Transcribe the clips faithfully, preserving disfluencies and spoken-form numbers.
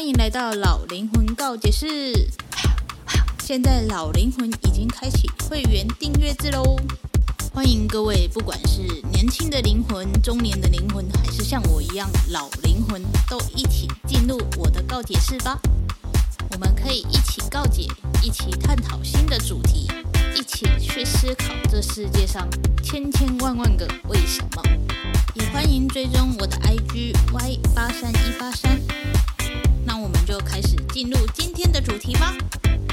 欢迎来到老灵魂告解室。现在老灵魂已经开启会员订阅制咯，欢迎各位，不管是年轻的灵魂、中年的灵魂，还是像我一样老灵魂，都一起进入我的告解室吧。我们可以一起告解，一起探讨新的主题，一起去思考这世界上千千万万个为什么。也欢迎追踪我的 I G Y 八三一八三。那我们就开始进入今天的主题吧。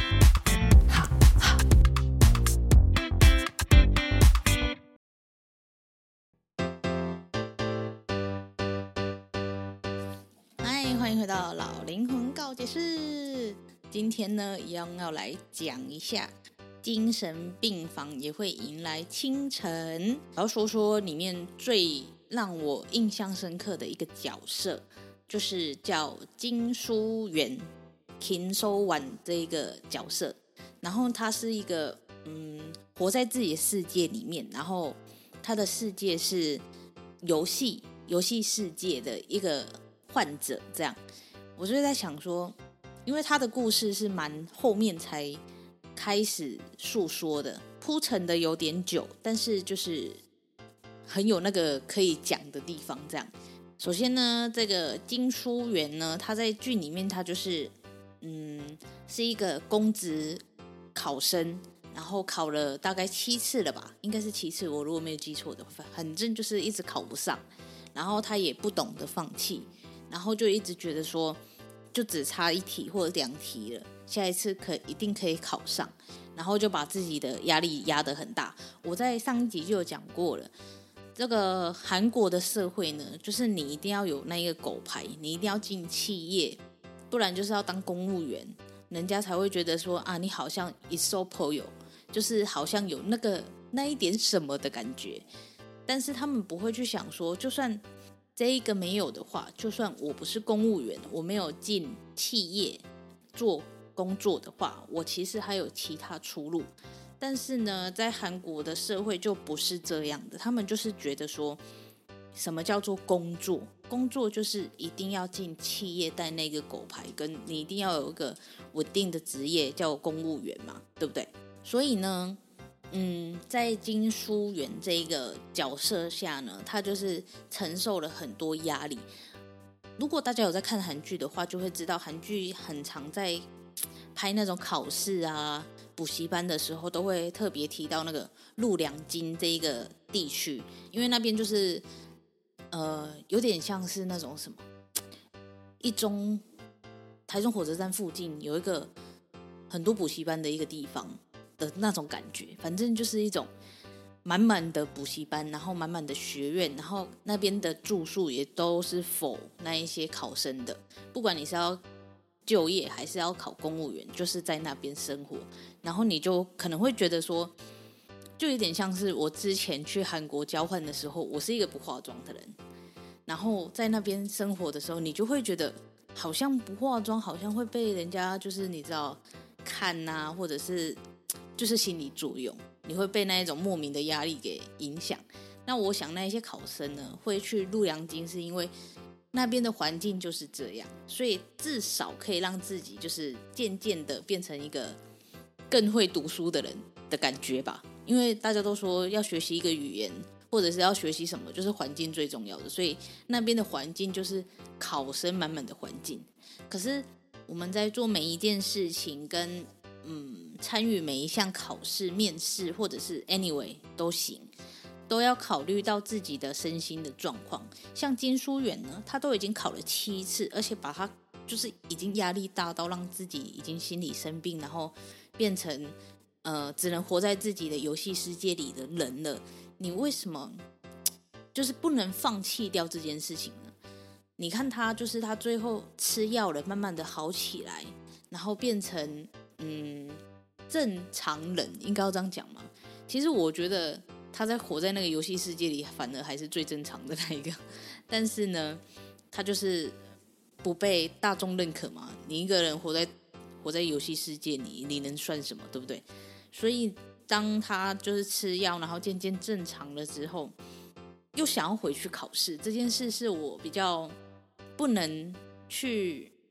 嗨，欢迎回到老灵魂告解室。今天呢，一样要来讲一下精神病房也会迎来清晨。我要说说里面最让我印象深刻的一个角色，就是叫金书媛金收丸这一个角色。然后他是一个嗯，活在自己的世界里面，然后他的世界是游戏游戏世界的一个患者。这样，我就在想说，因为他的故事是蛮后面才开始诉说的，铺陈的有点久，但是就是很有那个可以讲的地方。这样，首先呢，这个金书媛呢，他在剧里面他就是嗯，是一个公职考生，然后考了大概七次了吧，应该是七次，我如果没有记错的话，反正就是一直考不上，然后他也不懂得放弃，然后就一直觉得说就只差一题或者两题了，下一次可一定可以考上，然后就把自己的压力压得很大。我在上一集就有讲过了，这个韩国的社会呢，就是你一定要有那一个狗牌，你一定要进企业，不然就是要当公务员，人家才会觉得说啊，你好像 is so pro， 就是好像有那个那一点什么的感觉。但是他们不会去想说，就算这一个没有的话，就算我不是公务员，我没有进企业做工作的话，我其实还有其他出路。但是呢，在韩国的社会就不是这样的，他们就是觉得说，什么叫做工作？工作就是一定要进企业带那个狗牌，跟你一定要有一个稳定的职业叫公务员嘛，对不对？所以呢，嗯，在金书媛这一个角色下呢，他就是承受了很多压力。如果大家有在看韩剧的话，就会知道韩剧很常在拍那种考试啊、补习班的时候，都会特别提到那个陆良京这一个地区，因为那边就是呃，有点像是那种什么一中台中火车站附近有一个很多补习班的一个地方的那种感觉，反正就是一种满满的补习班，然后满满的学院，然后那边的住宿也都是否那一些考生的，不管你是要就业还是要考公务员，就是在那边生活。然后你就可能会觉得说，就有点像是我之前去韩国交换的时候，我是一个不化妆的人，然后在那边生活的时候，你就会觉得好像不化妆好像会被人家就是你知道看啊，或者是就是心理作用，你会被那一种莫名的压力给影响。那我想那一些考生呢，会去陆良京是因为那边的环境就是这样，所以至少可以让自己就是渐渐的变成一个更会读书的人的感觉吧。因为大家都说要学习一个语言，或者是要学习什么，就是环境最重要的，所以那边的环境就是考生满满的环境。可是我们在做每一件事情跟嗯参与每一项考试、面试，或者是 anyway 都行，都要考虑到自己的身心的状况。像金书媛呢，他都已经考了七次，而且把他就是已经压力大到让自己已经心理生病，然后变成呃只能活在自己的游戏世界里的人了。你为什么就是不能放弃掉这件事情呢？你看他，就是他最后吃药了，慢慢的好起来，然后变成嗯正常人，应该要这样讲吗？其实我觉得他在活在那个游戏世界里，反而还是最正常的那一个。但是呢，他就是不被大众认可嘛。你一个人活在活在游戏世界里，你能算什么，对不对？所以当他就是吃药，然后渐渐正常了之后，又想要回去考试，这件事是我比较不能去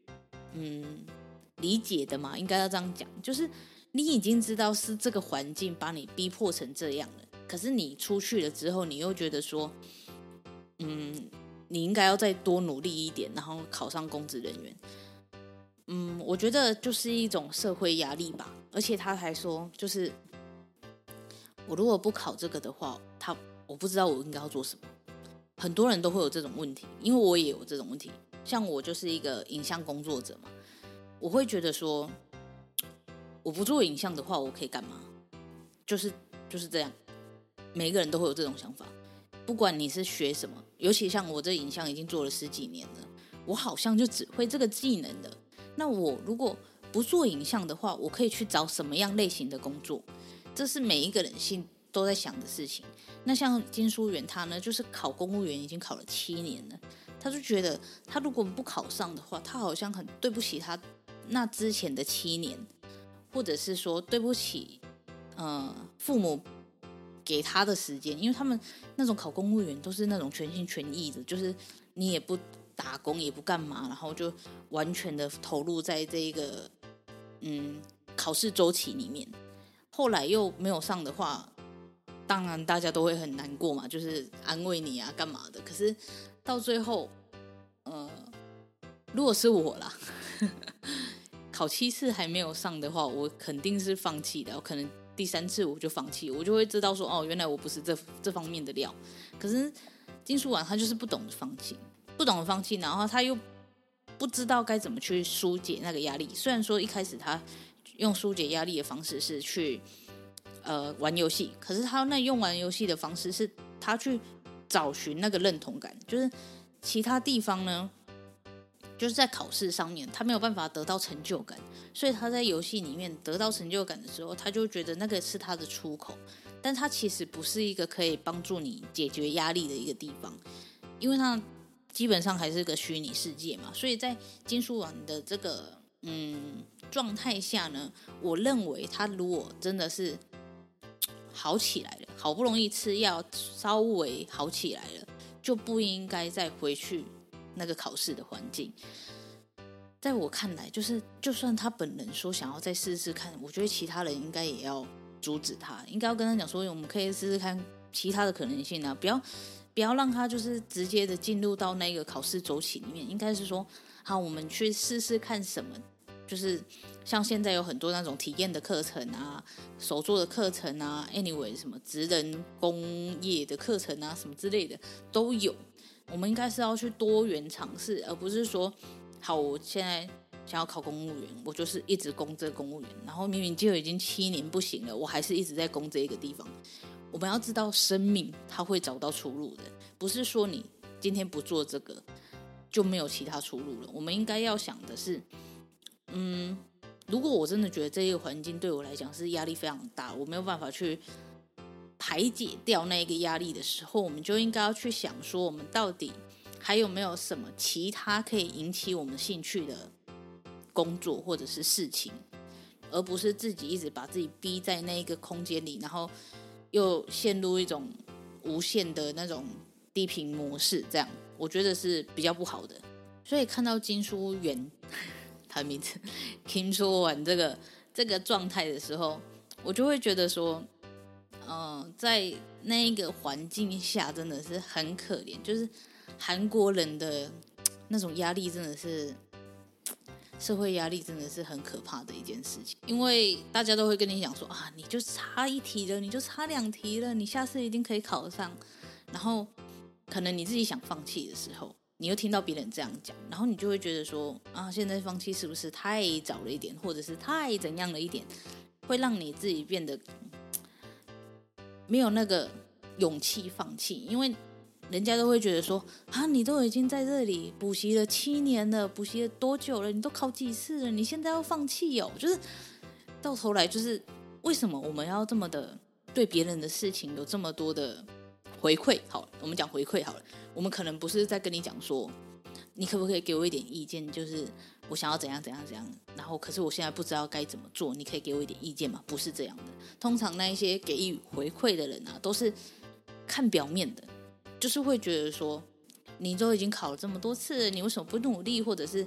嗯理解的嘛，应该要这样讲，就是你已经知道是这个环境把你逼迫成这样了，可是你出去了之后，你又觉得说，嗯，你应该要再多努力一点，然后考上公职人员。嗯，我觉得就是一种社会压力吧，而且他还说，就是我如果不考这个的话，他我不知道我应该要做什么。很多人都会有这种问题，因为我也有这种问题。像我就是一个影像工作者嘛，我会觉得说，我不做影像的话，我可以干嘛？就是就是这样，每一个人都会有这种想法。不管你是学什么，尤其像我这影像已经做了十几年了，我好像就只会这个技能了。那我如果不做影像的话，我可以去找什么样类型的工作？这是每一个人心都在想的事情。那像金书媛他呢，就是考公务员已经考了七年了，他就觉得他如果不考上的话，他好像很对不起他那之前的七年，或者是说对不起呃父母给他的时间，因为他们那种考公务员都是那种全心全意的，就是你也不打工也不干嘛，然后就完全的投入在这一个嗯考试周期里面。后来又没有上的话，当然大家都会很难过嘛，就是安慰你啊干嘛的。可是到最后，呃，如果是我啦，考七次还没有上的话，我肯定是放弃的。我可能第三次我就放弃，我就会知道说，哦，原来我不是这这方面的料。可是金书婉他就是不懂得放弃，不懂得放弃，然后他又不知道该怎么去疏解那个压力。虽然说一开始他用疏解压力的方式是去呃玩游戏，可是他那用玩游戏的方式是他去找寻那个认同感，就是其他地方呢，就是在考试上面他没有办法得到成就感，所以他在游戏里面得到成就感的时候，他就觉得那个是他的出口，但他其实不是一个可以帮助你解决压力的一个地方，因为他基本上还是个虚拟世界嘛。所以在金书婉的这个嗯状态下呢，我认为他如果真的是好起来了，好不容易吃药稍微好起来了，就不应该再回去那个考试的环境。在我看来，就是就算他本人说想要再试试看，我觉得其他人应该也要阻止他，应该要跟他讲说，我们可以试试看其他的可能性啊，不要不要让他就是直接的进入到那个考试周期里面。应该是说，好，我们去试试看什么，就是像现在有很多那种体验的课程啊，手作的课程啊 ，anyway 什么职人工业的课程啊，什么之类的都有。我们应该是要去多元尝试，而不是说，好，我现在想要考公务员，我就是一直攻这个公务员，然后明明就已经七年不行了，我还是一直在攻这一个地方。我们要知道，生命它会找到出路的，不是说你今天不做这个就没有其他出路了。我们应该要想的是，嗯，如果我真的觉得这一个环境对我来讲是压力非常大，我没有办法去排解掉那个压力的时候，我们就应该要去想说，我们到底还有没有什么其他可以引起我们兴趣的工作或者是事情，而不是自己一直把自己逼在那个空间里，然后又陷入一种无限的那种低频模式，这样我觉得是比较不好的。所以看到金书媛他的名字金书婉这个这个状态的时候，我就会觉得说，呃，在那一个环境下真的是很可怜，就是韩国人的那种压力真的是社会压力真的是很可怕的一件事情。因为大家都会跟你讲说啊，你就差一题了，你就差两题了，你下次一定可以考上。然后可能你自己想放弃的时候，你又听到别人这样讲，然后你就会觉得说啊，现在放弃是不是太早了一点，或者是太怎样了一点，会让你自己变得没有那个勇气放弃。因为人家都会觉得说啊，你都已经在这里补习了七年了，补习了多久了，你都考几次了，你现在要放弃哦。就是到头来就是为什么我们要这么的对别人的事情有这么多的回馈。好了，我们讲回馈好了，我们可能不是在跟你讲说你可不可以给我一点意见，就是我想要怎样怎样怎样，然后可是我现在不知道该怎么做，你可以给我一点意见吗？不是这样的。通常那一些给予回馈的人啊，都是看表面的，就是会觉得说你都已经考了这么多次了，你为什么不努力，或者是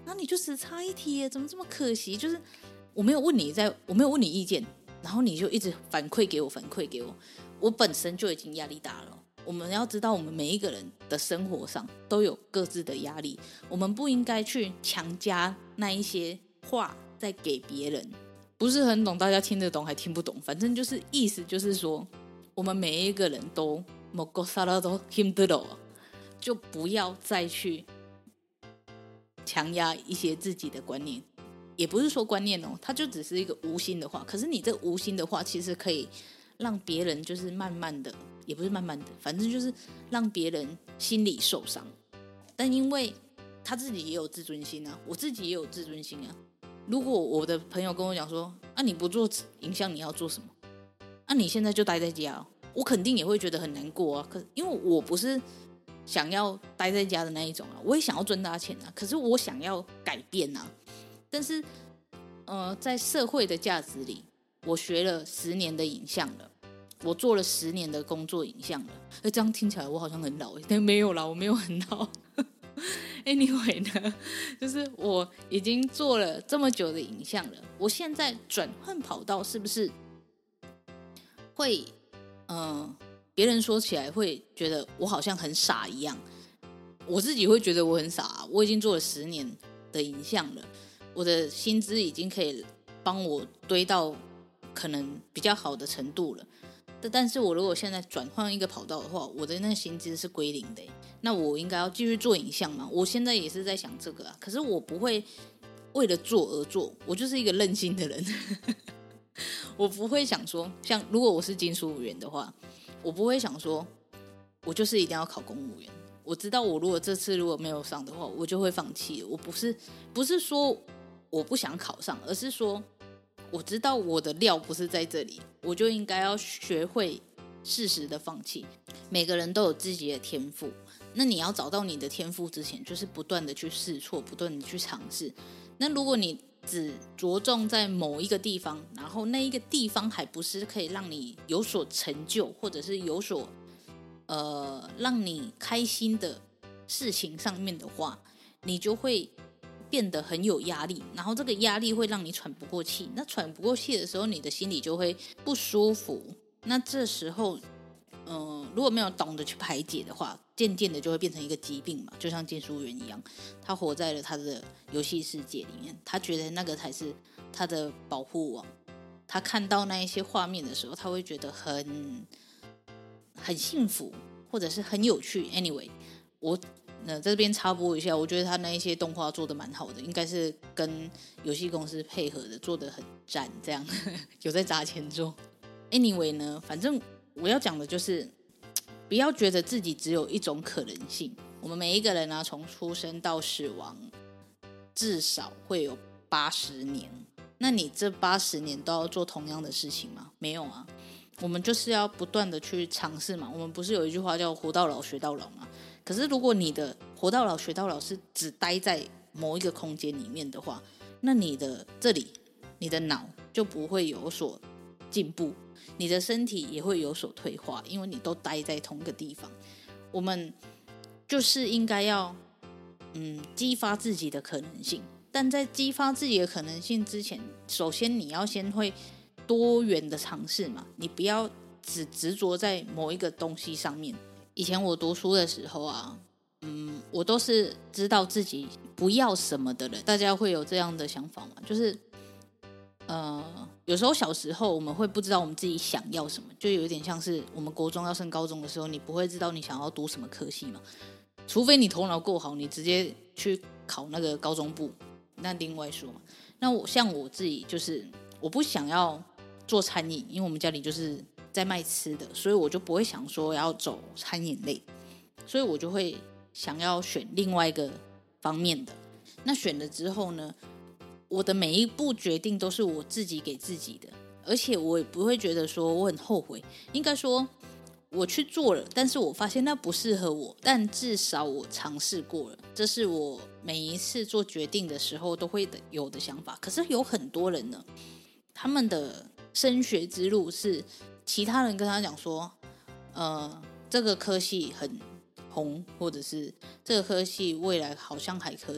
然后你就只差一题耶，怎么这么可惜？就是我没有问你在，我没有问你意见，然后你就一直反馈给我，反馈给我，我本身就已经压力大了。我们要知道，我们每一个人的生活上都有各自的压力，我们不应该去强加那一些话再给别人。不是很懂，大家听得懂还听不懂，反正就是意思就是说，我们每一个人都某个啥都听得懂，就不要再去强压一些自己的观念。也不是说观念哦，它就只是一个无心的话，可是你这无心的话其实可以让别人就是慢慢的，也不是慢慢的，反正就是让别人心里受伤。但因为他自己也有自尊心啊，我自己也有自尊心啊。如果我的朋友跟我讲说，啊你不做影像你要做什么？啊你现在就待在家哦，我肯定也会觉得很难过啊。可因为我不是想要待在家的那一种啊，我也想要赚大钱啊，可是我想要改变啊。但是，呃，在社会的价值里，我学了十年的影像了，我做了十年的工作影像了。哎，这样听起来我好像很老，但没有啦，我没有很老。Anyway 呢，就是我已经做了这么久的影像了，我现在转换跑道，是不是会，呃，别人说起来会觉得我好像很傻一样？我自己会觉得我很傻啊，我已经做了十年的影像了。我的薪资已经可以帮我堆到可能比较好的程度了，但是我如果现在转换一个跑道的话，我的那个薪资是归零的，那我应该要继续做影像嘛？我现在也是在想这个啊，可是我不会为了做而做，我就是一个任性的人。我不会想说，像如果我是金属员的话，我不会想说我就是一定要考公务员。我知道我如果这次如果没有上的话，我就会放弃了。我不是不是说我不想考上，而是说我知道我的料不是在这里，我就应该要学会适时的放弃。每个人都有自己的天赋，那你要找到你的天赋之前，就是不断的去试错，不断的去尝试。那如果你只着重在某一个地方，然后那一个地方还不是可以让你有所成就，或者是有所呃让你开心的事情上面的话，你就会变得很有压力，然后这个压力会让你喘不过气。那喘不过气的时候，你的心里就会不舒服。那这时候，呃，如果没有懂得去排解的话，渐渐的就会变成一个疾病嘛，就像金书员一样，他活在了他的游戏世界里面，他觉得那个才是他的保护网。他看到那一些画面的时候，他会觉得很很幸福，或者是很有趣。Anyway， 我那这边插播一下，我觉得他那一些动画做的蛮好的，应该是跟游戏公司配合的，做的很赞，这样有在砸钱做。Anyway 呢，反正我要讲的就是，不要觉得自己只有一种可能性。我们每一个人啊，从出生到死亡，至少会有八十年。那你这八十年都要做同样的事情吗？没有啊，我们就是要不断的去尝试嘛。我们不是有一句话叫"活到老，学到老"吗？可是如果你的活到老学到老是只待在某一个空间里面的话，那你的这里你的脑就不会有所进步，你的身体也会有所退化，因为你都待在同一个地方。我们就是应该要嗯激发自己的可能性，但在激发自己的可能性之前，首先你要先会多元的尝试嘛，你不要只执着在某一个东西上面。以前我读书的时候啊，嗯，我都是知道自己不要什么的人。大家会有这样的想法吗？就是呃，有时候小时候我们会不知道我们自己想要什么，就有点像是我们国中要升高中的时候，你不会知道你想要读什么科系嘛，除非你头脑够好，你直接去考那个高中部，那另外说嘛。那我像我自己就是我不想要做餐饮，因为我们家里就是在卖吃的，所以我就不会想说要走餐饮类，所以我就会想要选另外一个方面的。那选了之后呢，我的每一步决定都是我自己给自己的，而且我也不会觉得说我很后悔，应该说我去做了，但是我发现那不适合我，但至少我尝试过了，这是我每一次做决定的时候都会有的想法。可是有很多人呢，他们的升学之路是其他人跟他讲说，呃，这个科系很红，或者是这个科系未来好像还可以，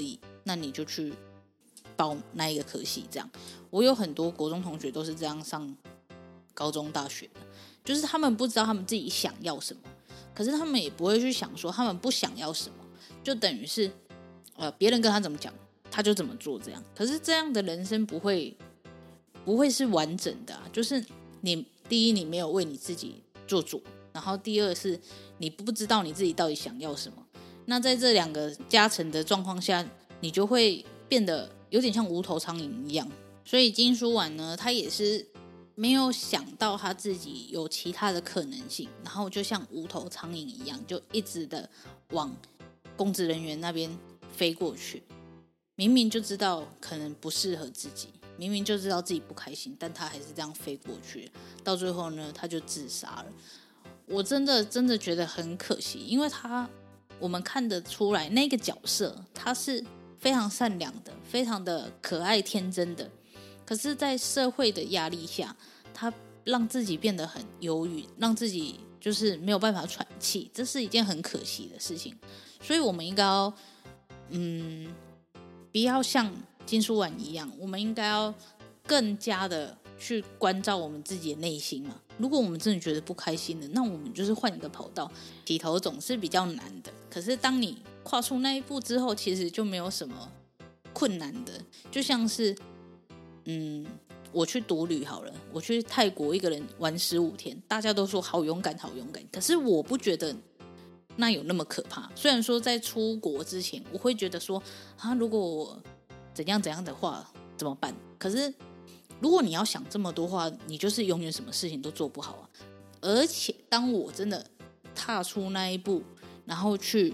那你就去报那一个科系。这样，我有很多国中同学都是这样上高中大学的，就是他们不知道他们自己想要什么，可是他们也不会去想说他们不想要什么，就等于是呃别人跟他怎么讲他就怎么做这样。可是这样的人生不会不会是完整的啊，就是你第一你没有为你自己做主，然后第二是你不知道你自己到底想要什么。那在这两个加成的状况下，你就会变得有点像无头苍蝇一样。所以金书婉呢，他也是没有想到他自己有其他的可能性，然后就像无头苍蝇一样，就一直的往公职人员那边飞过去。明明就知道可能不适合自己，明明就知道自己不开心，但他还是这样飞过去，到最后呢，他就自杀了。我真的真的觉得很可惜，因为他我们看得出来那个角色他是非常善良的，非常的可爱天真的，可是在社会的压力下，他让自己变得很忧郁，让自己就是没有办法喘气，这是一件很可惜的事情。所以我们应该要嗯不要像金书婉一样，我们应该要更加的去关照我们自己的内心嘛。如果我们真的觉得不开心的，那我们就是换一个跑道。起头总是比较难的，可是当你跨出那一步之后，其实就没有什么困难的。就像是嗯我去独旅好了，我去泰国一个人玩十五天，大家都说好勇敢好勇敢，可是我不觉得那有那么可怕。虽然说在出国之前我会觉得说啊，如果我怎样怎样的话怎么办，可是如果你要想这么多话，你就是永远什么事情都做不好啊。而且当我真的踏出那一步，然后去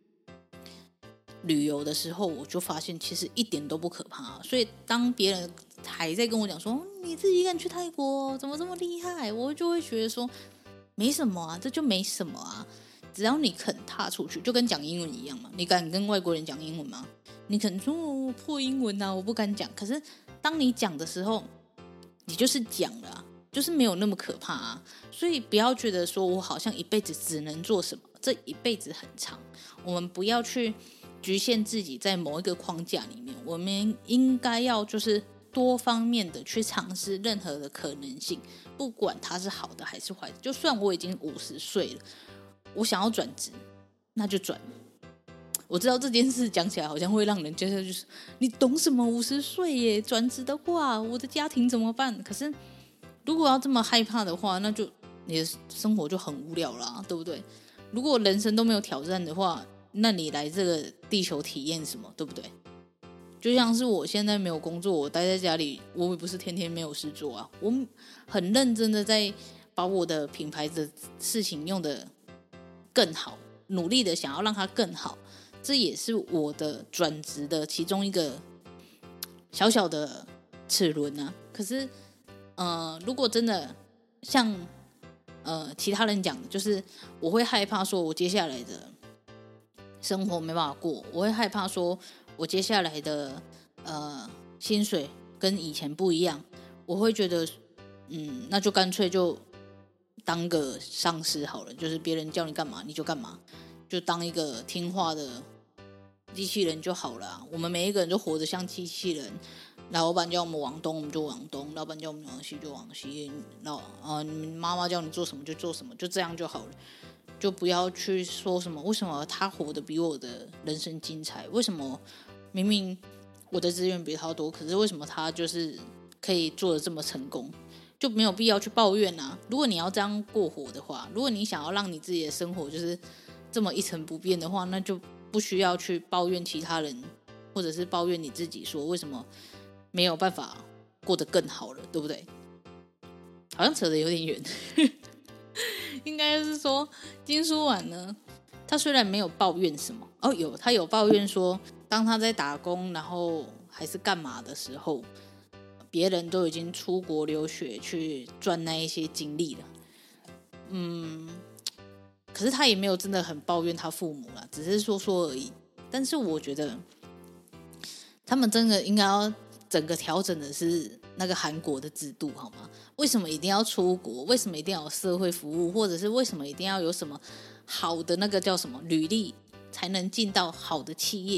旅游的时候，我就发现其实一点都不可怕啊。所以当别人还在跟我讲说你自己一个人去泰国怎么这么厉害，我就会觉得说没什么啊，这就没什么啊。只要你肯踏出去，就跟讲英文一样嘛。你敢跟外国人讲英文吗？你肯说、哦、破英文啊，我不敢讲。可是当你讲的时候，你就是讲了啊，就是没有那么可怕啊。所以不要觉得说我好像一辈子只能做什么，这一辈子很长，我们不要去局限自己在某一个框架里面，我们应该要就是多方面的去尝试任何的可能性，不管它是好的还是坏的。就算我已经五十岁了，我想要转职，那就转。我知道这件事讲起来好像会让人觉得就是你懂什么五十岁耶，转职的话我的家庭怎么办？可是如果要这么害怕的话，那就你的生活就很无聊啦，对不对？如果人生都没有挑战的话，那你来这个地球体验什么，对不对？就像是我现在没有工作，我待在家里，我也不是天天没有事做啊，我很认真的在把我的品牌的事情用得更好，努力的想要让它更好，这也是我的转职的其中一个小小的齿轮啊。可是呃，如果真的像呃其他人讲的，就是我会害怕说我接下来的生活没办法过，我会害怕说我接下来的呃薪水跟以前不一样，我会觉得嗯那就干脆就当个上司好了，就是别人叫你干嘛你就干嘛，就当一个听话的机器人就好了啊。我们每一个人就活得像机器人，老板叫我们往东我们就往东，老板叫我们往西就往西，老呃妈妈叫你做什么就做什么，就这样就好了。就不要去说什么为什么他活得比我的人生精彩，为什么明明我的资源比他多，可是为什么他就是可以做得这么成功，就没有必要去抱怨啊。如果你要这样过活的话，如果你想要让你自己的生活就是这么一成不变的话，那就不需要去抱怨其他人，或者是抱怨你自己说为什么没有办法过得更好了，对不对？好像扯得有点远应该是说金书婉呢，他虽然没有抱怨什么哦，有他有抱怨说当他在打工然后还是干嘛的时候，别人都已经出国留学去赚那一些经历了。嗯，可是他也没有真的很抱怨他父母啦，只是说说而已。但是我觉得他们真的应该要整个调整的是那个韩国的制度好吗？为什么一定要出国？为什么一定要有社会服务？或者是为什么一定要有什么好的那个叫什么履历才能进到好的企业？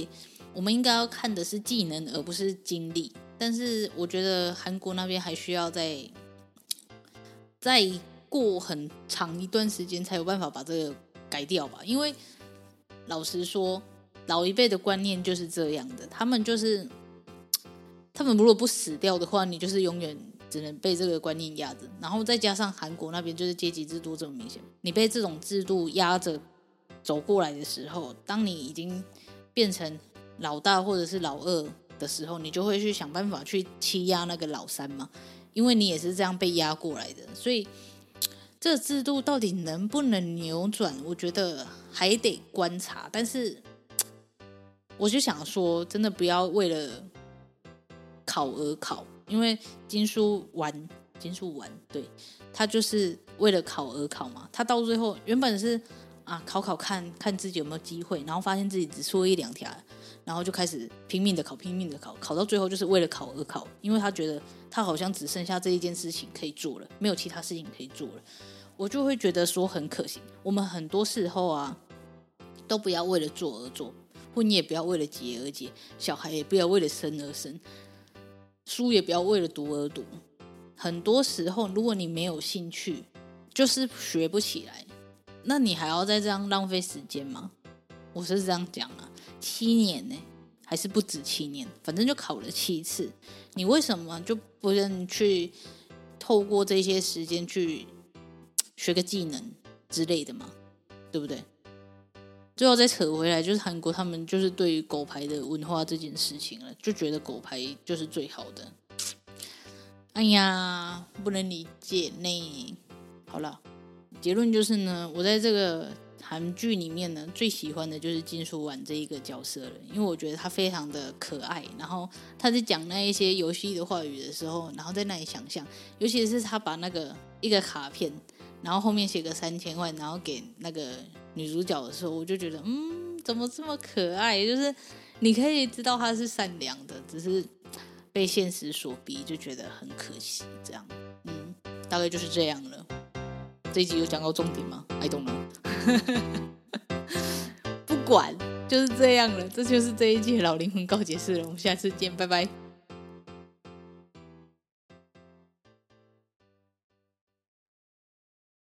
我们应该要看的是技能而不是经历，但是我觉得韩国那边还需要再再过很长一段时间才有办法把这个改掉吧。因为老实说老一辈的观念就是这样的，他们就是他们如果不死掉的话，你就是永远只能被这个观念压着。然后再加上韩国那边就是阶级制度这么明显，你被这种制度压着走过来的时候，当你已经变成老大或者是老二的时候，你就会去想办法去欺压那个老三嘛，因为你也是这样被压过来的。所以这个制度到底能不能扭转，我觉得还得观察。但是我就想说，真的不要为了考而考，因为金书丸金书丸对，他就是为了考而考嘛。他到最后原本是啊考考看看自己有没有机会，然后发现自己只错一两条，然后就开始拼命的考拼命的考，考到最后就是为了考而考，因为他觉得他好像只剩下这一件事情可以做了，没有其他事情可以做了。我就会觉得说很可惜，我们很多时候啊都不要为了做而做，婚也不要为了结而结，小孩也不要为了生而生，书也不要为了读而读。很多时候如果你没有兴趣就是学不起来，那你还要再这样浪费时间吗？我是这样讲啊，七年呢、欸，还是不止七年，反正就考了七次，你为什么就不能去透过这些时间去学个技能之类的嘛，对不对？最后再扯回来，就是韩国他们就是对于狗牌的文化这件事情了，就觉得狗牌就是最好的。哎呀，不能理解呢。好了，结论就是呢，我在这个韩剧里面呢，最喜欢的就是金书丸这一个角色了，因为我觉得他非常的可爱，然后他在讲那一些游戏的话语的时候，然后在那里想象，尤其是他把那个一个卡片，然后后面写个三千万，然后给那个女主角的时候，我就觉得，嗯，怎么这么可爱？就是你可以知道他是善良的，只是被现实所逼，就觉得很可惜。这样，嗯，大概就是这样了。这一集有讲到重点吗 ？I don't know 。不管，就是这样了。这就是这一集的老灵魂告解室了。我们下次见，拜拜。